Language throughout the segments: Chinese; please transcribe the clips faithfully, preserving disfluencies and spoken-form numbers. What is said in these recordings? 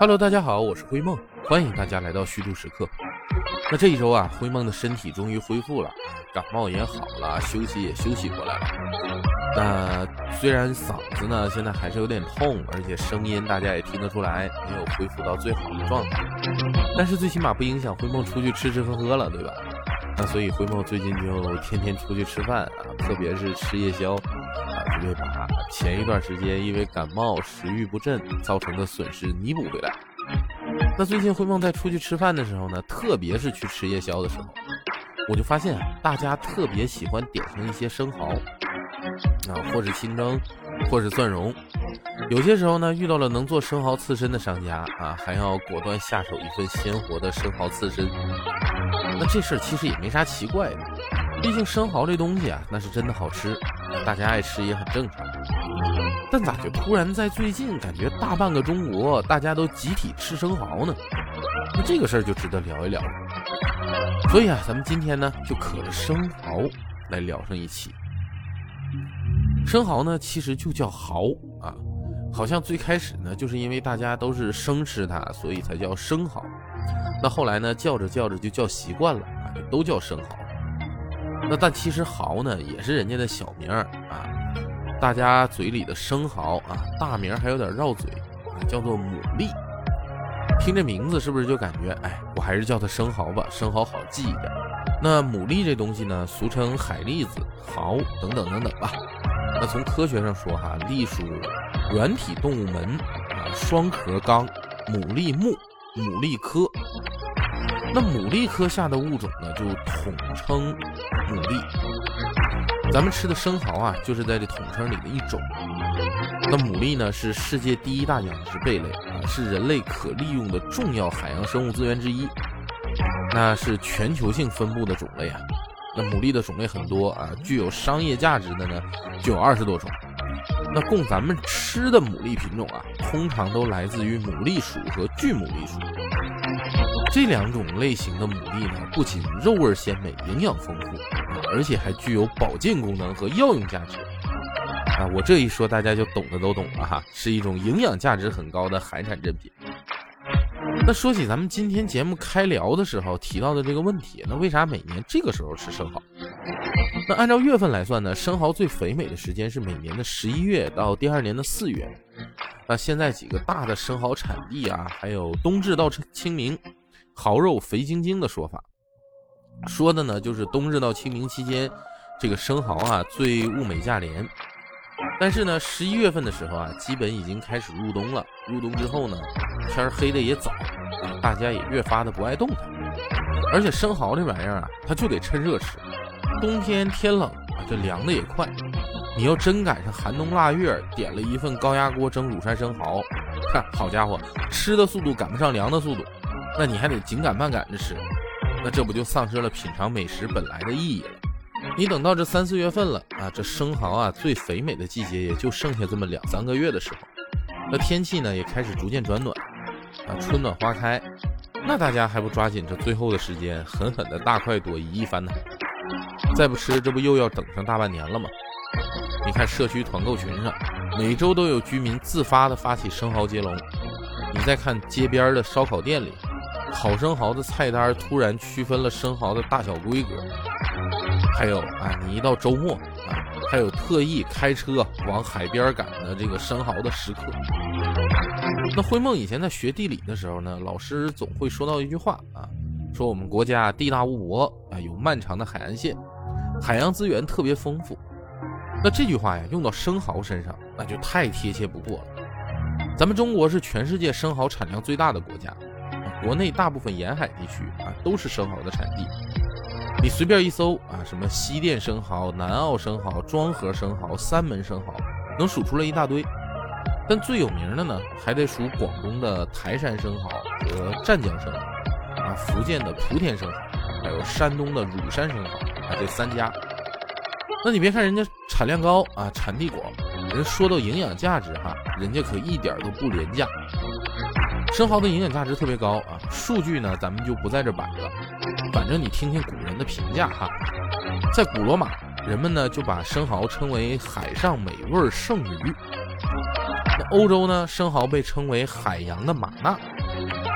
Hello， 大家好，我是灰梦，欢迎大家来到虚度时刻。那这一周啊，灰梦的身体终于恢复了，感冒也好了，休息也休息过来了。那虽然嗓子呢现在还是有点痛，而且声音大家也听得出来没有恢复到最好的状态，但是最起码不影响灰梦出去吃吃喝喝了，对吧？那所以灰梦最近就天天出去吃饭啊，特别是吃夜宵啊，就会把前一段时间因为感冒食欲不振造成的损失弥补回来。那最近灰梦在出去吃饭的时候呢，特别是去吃夜宵的时候，我就发现大家特别喜欢点上一些生蚝啊，或是清蒸，或是蒜蓉。有些时候呢，遇到了能做生蚝刺身的商家啊，还要果断下手一份鲜活的生蚝刺身。那这事儿其实也没啥奇怪的，毕竟生蚝这东西啊，那是真的好吃，大家爱吃也很正常。但咋就突然在最近感觉大半个中国大家都集体吃生蚝呢？那这个事儿就值得聊一聊了。所以啊，咱们今天呢就可着生蚝来聊上一期。生蚝呢其实就叫蚝啊，好像最开始呢就是因为大家都是生吃它，所以才叫生蚝。那后来呢叫着叫着就叫习惯了啊，就都叫生蚝。那但其实蚝呢也是人家的小名啊，大家嘴里的生蚝啊，大名还有点绕嘴，叫做牡蛎。听这名字是不是就感觉哎，我还是叫它生蚝吧，生蚝好记一点。那牡蛎这东西呢，俗称海蛎子、蚝等等等等吧。那从科学上说哈，蛎属软体动物门啊，双壳纲牡蛎目牡蛎科。那牡蛎科下的物种呢，就统称牡蛎。咱们吃的生蚝啊，就是在这统称里的一种。那牡蛎呢，是世界第一大养殖贝类啊，是人类可利用的重要海洋生物资源之一。那是全球性分布的种类啊。那牡蛎的种类很多啊，具有商业价值的呢，就有二十多种。那供咱们吃的牡蛎品种啊，通常都来自于牡蛎属和巨牡蛎属。这两种类型的牡蛎呢，不仅肉味鲜美、营养丰富，而且还具有保健功能和药用价值。啊，我这一说大家就懂的都懂了哈，是一种营养价值很高的海产珍品。那说起咱们今天节目开聊的时候提到的这个问题，那为啥每年这个时候吃生蚝？那按照月份来算呢，生蚝最肥美的时间是每年的十一月到第二年的四月。那现在几个大的生蚝产地啊，还有冬至到清明蚝肉肥晶晶的说法，说的呢就是冬至到清明期间，这个生蚝啊最物美价廉。但是呢，十一月份的时候啊，基本已经开始入冬了。入冬之后呢，天黑的也早啊，大家也越发的不爱动弹。而且生蚝这玩意儿啊，它就得趁热吃。冬天天冷啊，这凉的也快。你要真赶上寒冬腊月，点了一份高压锅蒸乳山生蚝，哈，好家伙，吃的速度赶不上凉的速度，那你还得紧赶慢赶着吃，那这不就丧失了品尝美食本来的意义了？你等到这三四月份了啊，这生蚝啊最肥美的季节也就剩下这么两三个月的时候，那天气呢也开始逐渐转暖啊，春暖花开，那大家还不抓紧这最后的时间，狠狠的大快朵颐一番呢？再不吃，这不又要等上大半年了吗？你看社区团购群上，每周都有居民自发的发起生蚝接龙。你再看街边的烧烤店里，烤生蚝的菜单突然区分了生蚝的大小规格。还有啊，你一到周末啊，还有特意开车往海边赶的这个生蚝的食客。那灰梦以前在学地理的时候呢，老师总会说到一句话啊，说我们国家地大物博啊，有漫长的海岸线，海洋资源特别丰富。那这句话呀，用到生蚝身上，那就太贴切不过了。咱们中国是全世界生蚝产量最大的国家，啊、国内大部分沿海地区啊都是生蚝的产地。你随便一搜啊，什么西滇生蚝、南澳生蚝、庄河生蚝、三门生蚝，能数出来一大堆。但最有名的呢，还得数广东的台山生蚝和湛江生蚝啊，福建的莆田生蚝，还有山东的乳山生蚝啊，这三家。那你别看人家产量高啊，产地广，人说到营养价值哈，人家可一点都不廉价。生蚝的营养价值特别高啊，数据呢咱们就不在这摆了，反正你听听古人的评价哈。在古罗马，人们呢就把生蚝称为海上美味圣鱼。那欧洲呢，生蚝被称为海洋的玛纳，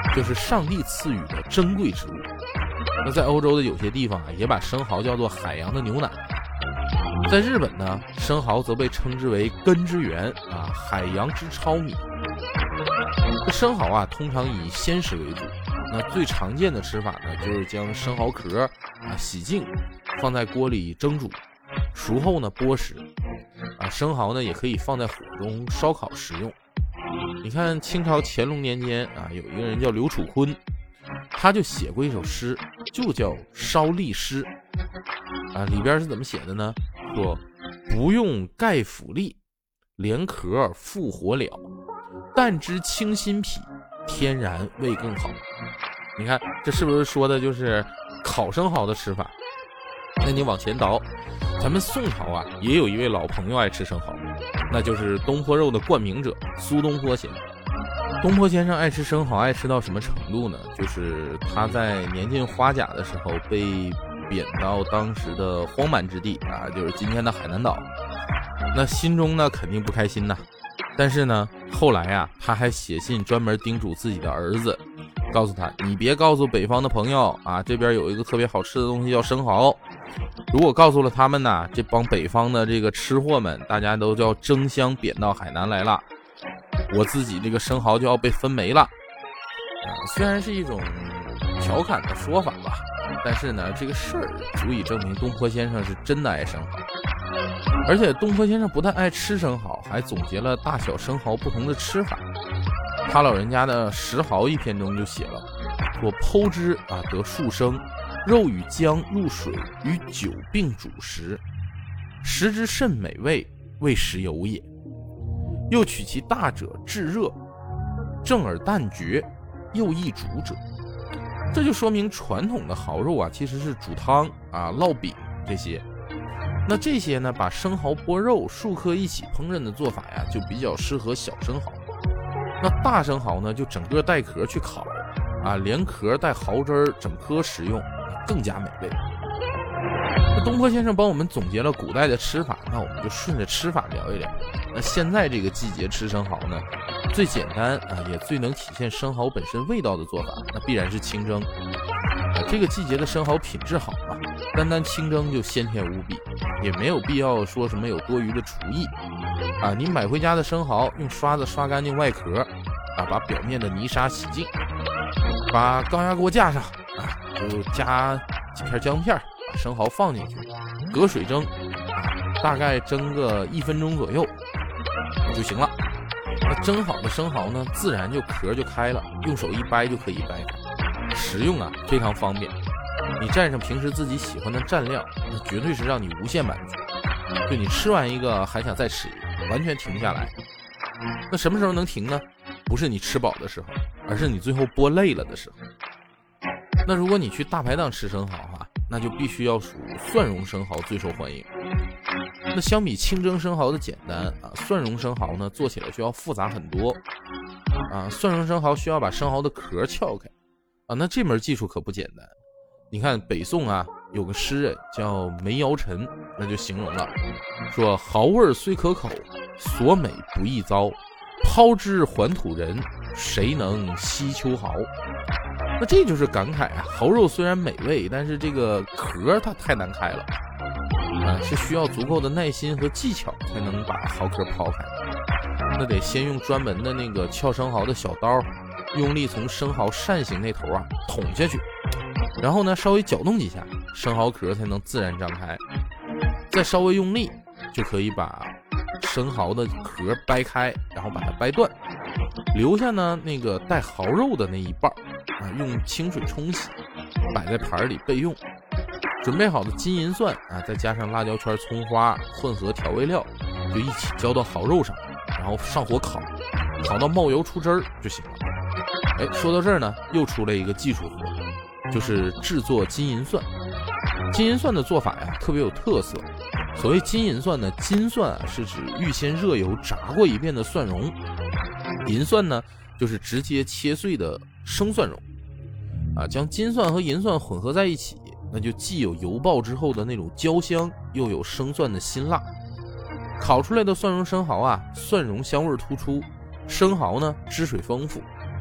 就是上帝赐予的珍贵之物。那在欧洲的有些地方啊，也把生蚝叫做海洋的牛奶。在日本呢，生蚝则被称之为根之源啊，海洋之糙米。这生蚝啊，通常以鲜食为主。那最常见的吃法呢，就是将生蚝壳啊洗净，放在锅里蒸煮，熟后呢剥食。啊，生蚝呢也可以放在火中烧烤食用。你看清朝乾隆年间啊，有一个人叫刘楚坤，他就写过一首诗，就叫《烧栗诗》啊，里边是怎么写的呢？说不用盖腐粒，连壳复活了，但知清新脾，天然味更好。你看这是不是说的就是烤生蚝的吃法？那你往前倒，咱们宋朝啊也有一位老朋友爱吃生蚝，那就是东坡肉的冠名者苏东坡先生。东坡先生爱吃生蚝，爱吃到什么程度呢？就是他在年近花甲的时候被贬到当时的荒蛮之地啊，就是今天的海南岛。那心中呢肯定不开心呐，但是呢后来啊他还写信专门叮嘱自己的儿子，告诉他你别告诉北方的朋友啊，这边有一个特别好吃的东西叫生蚝，如果告诉了他们呢，这帮北方的这个吃货们大家都叫争相贬到海南来了，我自己这个生蚝就要被分没了啊。虽然是一种调侃的说法吧，但是呢这个事儿足以证明东坡先生是真的爱生蚝。而且东坡先生不但爱吃生蚝，还总结了大小生蚝不同的吃法。他老人家的食蚝一篇中就写了说，剖之啊得数升，肉与姜入水与酒并煮食，食之甚美味，为食油也。又取其大者炙热，正而淡绝，又易煮者。这就说明传统的蚝肉啊其实是煮汤啊烙饼这些。那这些呢把生蚝剥肉数颗一起烹饪的做法呀，就比较适合小生蚝。那大生蚝呢就整个带壳去烤啊，连壳带蚝汁儿整颗食用，更加美味。那东坡先生帮我们总结了古代的吃法，那我们就顺着吃法聊一聊。那现在这个季节吃生蚝呢，最简单啊也最能体现生蚝本身味道的做法，那必然是清蒸啊。这个季节的生蚝品质好嘛，单单清蒸就鲜甜无比，也没有必要说什么有多余的厨艺啊。你买回家的生蚝，用刷子刷干净外壳啊，把表面的泥沙洗净，把高压锅架上啊，就加几片姜片，把生蚝放进去，隔水蒸啊，大概蒸个一分钟左右就行了。那蒸好的生蚝呢，自然就壳就开了，用手一掰就可以掰开，食用啊非常方便。你蘸上平时自己喜欢的蘸料，那绝对是让你无限满足，就你吃完一个还想再吃一个，完全停不下来。那什么时候能停呢？不是你吃饱的时候，而是你最后剥累了的时候。那如果你去大排档吃生蚝哈，那就必须要数蒜蓉生蚝最受欢迎。那相比清蒸生蚝的简单啊，蒜蓉生蚝呢做起来需要复杂很多啊。蒜蓉生蚝需要把生蚝的壳撬开啊，那这门技术可不简单。你看北宋啊有个诗人叫梅尧臣，那就形容了，说蚝味虽可口，所美不易遭，抛之还土人，谁能惜秋蚝。那这就是感慨啊，蚝肉虽然美味，但是这个壳它太难开了啊，是需要足够的耐心和技巧才能把蚝壳抛开。那得先用专门的那个撬生蚝的小刀，用力从生蚝扇形那头啊捅下去，然后呢稍微搅动几下，生蚝壳才能自然张开，再稍微用力就可以把生蚝的壳掰开，然后把它掰断，留下呢那个带蚝肉的那一半啊，用清水冲洗，摆在盘里备用。准备好的金银蒜啊，再加上辣椒圈、葱花，混合调味料，就一起浇到蚝肉上，然后上火烤，烤到冒油出汁儿就行了。哎，说到这儿呢，又出了一个技术活，就是制作金银蒜。金银蒜的做法呀，特别有特色。所谓金银蒜呢，金蒜啊是指预先热油炸过一遍的蒜蓉，银蒜呢就是直接切碎的生蒜蓉啊。将金蒜和银蒜混合在一起，那就既有油爆之后的那种焦香，又有生蒜的辛辣。烤出来的蒜蓉生蚝啊，蒜蓉香味突出，生蚝呢汁水丰富。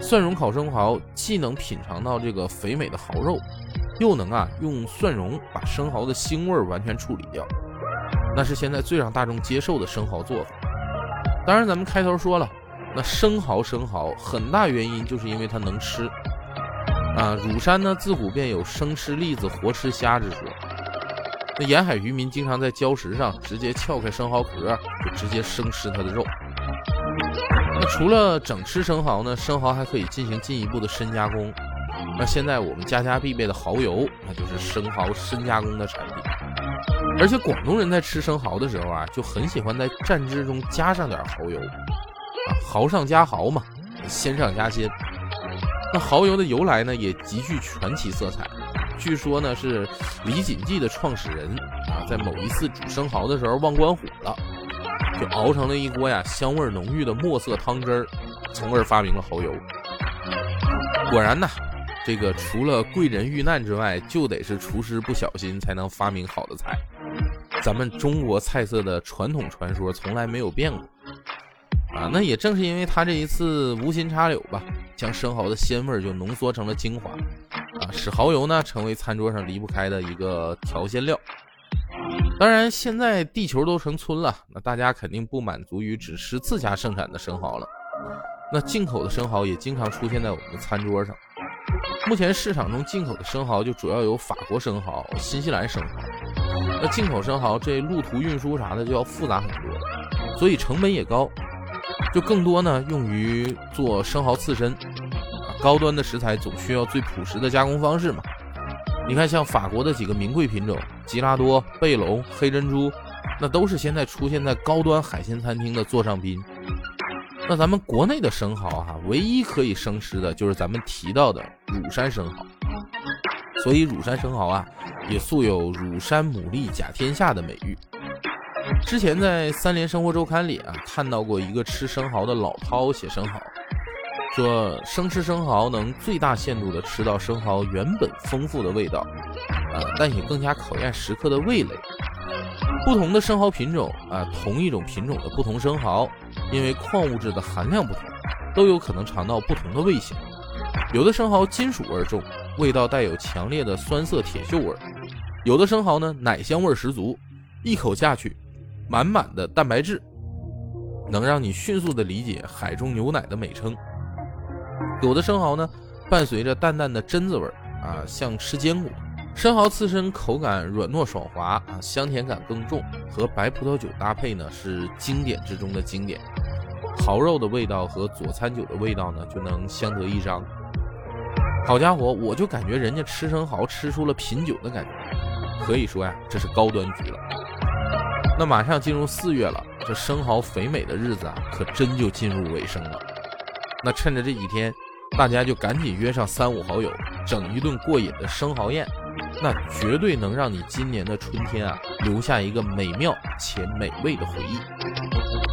蒜蓉烤生蚝既能品尝到这个肥美的蚝肉，又能啊用蒜蓉把生蚝的腥味完全处理掉，那是现在最让大众接受的生蚝做法。当然咱们开头说了，那生蚝生蚝很大原因就是因为它能吃啊。乳山呢自古便有生吃栗子活吃虾之说，那沿海渔民经常在礁石上直接撬开生蚝壳，就直接生吃它的肉。那除了整吃生蚝呢，生蚝还可以进行进一步的深加工。那现在我们家家必备的蚝油，那就是生蚝深加工的产品。而且广东人在吃生蚝的时候啊，就很喜欢在蘸汁中加上点蚝油啊，蚝上加蚝嘛，鲜上加鲜。那蚝油的由来呢，也极具传奇色彩。据说呢是李锦记的创始人啊，在某一次煮生蚝的时候忘关火了，就熬成了一锅呀香味浓郁的墨色汤汁儿，从而发明了蚝油。果然呐，这个除了贵人遇难之外，就得是厨师不小心才能发明好的菜。咱们中国菜色的传统传说从来没有变过啊，那也正是因为他这一次无心插柳吧，将生蚝的鲜味就浓缩成了精华啊，使蚝油呢成为餐桌上离不开的一个调鲜料。当然现在地球都成村了，那大家肯定不满足于只吃自家生产的生蚝了，那进口的生蚝也经常出现在我们的餐桌上。目前市场中进口的生蚝就主要有法国生蚝、新西兰生蚝。那进口生蚝这路途运输啥的就要复杂很多，所以成本也高，就更多呢用于做生蚝刺身。高端的食材总需要最朴实的加工方式嘛。你看像法国的几个名贵品种，吉拉多、贝龙、黑珍珠，那都是现在出现在高端海鲜餐厅的座上宾。那咱们国内的生蚝哈、啊，唯一可以生吃的就是咱们提到的乳山生蚝。所以乳山生蚝啊，也素有乳山牡蛎甲天下的美誉。之前在三联生活周刊里啊，看到过一个吃生蚝的老饕写生蚝，说生吃生蚝能最大限度的吃到生蚝原本丰富的味道啊，但也更加考验食客的味蕾。不同的生蚝品种啊，同一种品种的不同生蚝，因为矿物质的含量不同，都有可能尝到不同的味型。有的生蚝金属味重，味道带有强烈的酸涩铁锈味；有的生蚝呢，奶香味十足，一口下去，满满的蛋白质，能让你迅速的理解海中牛奶的美称。有的生蚝呢，伴随着淡淡的榛子味啊，像吃坚果。生蚝刺身口感软糯爽滑啊，香甜感更重，和白葡萄酒搭配呢是经典之中的经典。蚝肉的味道和佐餐酒的味道呢就能相得益彰。好家伙，我就感觉人家吃生蚝吃出了品酒的感觉，可以说呀，这是高端局了。那马上进入四月了，这生蚝肥美的日子啊，可真就进入尾声了。那趁着这几天，大家就赶紧约上三五好友，整一顿过瘾的生蚝宴。那绝对能让你今年的春天啊，留下一个美妙且美味的回忆。